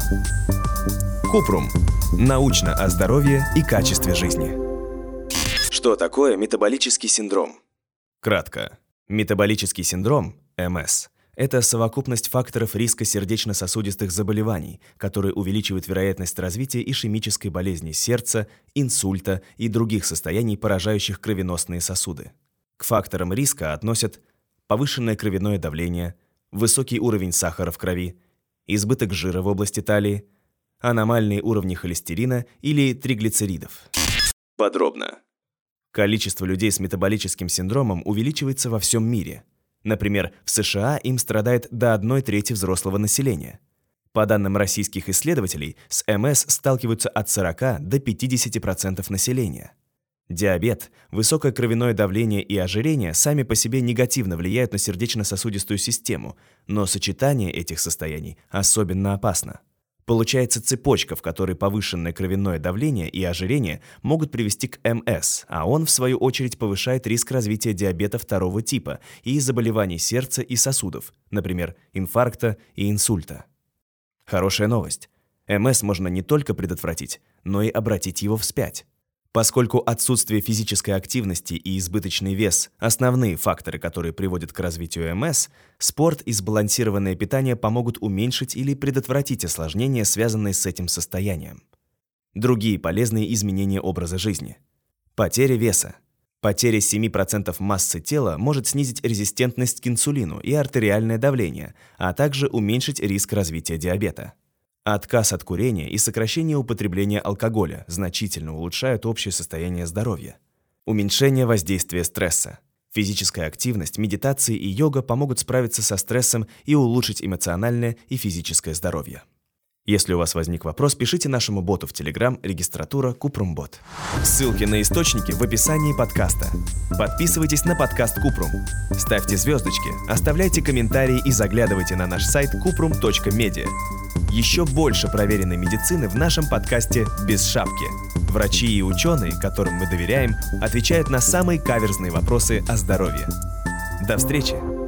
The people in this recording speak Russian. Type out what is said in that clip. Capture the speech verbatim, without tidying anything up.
Купрум. Научно о здоровье и качестве жизни. Что такое метаболический синдром? Кратко. Метаболический синдром, эм эс, это совокупность факторов риска сердечно-сосудистых заболеваний, которые увеличивают вероятность развития ишемической болезни сердца, инсульта и других состояний, поражающих кровеносные сосуды. К факторам риска относят повышенное кровяное давление, высокий уровень сахара в крови, избыток жира в области талии, аномальные уровни холестерина или триглицеридов. Подробно. Количество людей с метаболическим синдромом увеличивается во всем мире. Например, в США им страдает до одной трети взрослого населения. По данным российских исследователей, с эм эс сталкиваются от сорока до пятидесяти процентов населения. Диабет, высокое кровяное давление и ожирение сами по себе негативно влияют на сердечно-сосудистую систему, но сочетание этих состояний особенно опасно. Получается цепочка, в которой повышенное кровяное давление и ожирение могут привести к эм эс, а он, в свою очередь, повышает риск развития диабета второго типа и заболеваний сердца и сосудов, например, инфаркта и инсульта. Хорошая новость. эм эс можно не только предотвратить, но и обратить его вспять. Поскольку отсутствие физической активности и избыточный вес – основные факторы, которые приводят к развитию эм эс, спорт и сбалансированное питание помогут уменьшить или предотвратить осложнения, связанные с этим состоянием. Другие полезные изменения образа жизни. Потеря веса. Потеря семь процентов массы тела может снизить резистентность к инсулину и артериальное давление, а также уменьшить риск развития диабета. Отказ от курения и сокращение употребления алкоголя значительно улучшают общее состояние здоровья. Уменьшение воздействия стресса. Физическая активность, медитация и йога помогут справиться со стрессом и улучшить эмоциональное и физическое здоровье. Если у вас возник вопрос, пишите нашему боту в Telegram регистратура Купрумбот. Ссылки на источники в описании подкаста. Подписывайтесь на подкаст Купрум. Ставьте звездочки, оставляйте комментарии и заглядывайте на наш сайт купрум точка медиа. Еще больше проверенной медицины в нашем подкасте «Без шапки». Врачи и ученые, которым мы доверяем, отвечают на самые каверзные вопросы о здоровье. До встречи!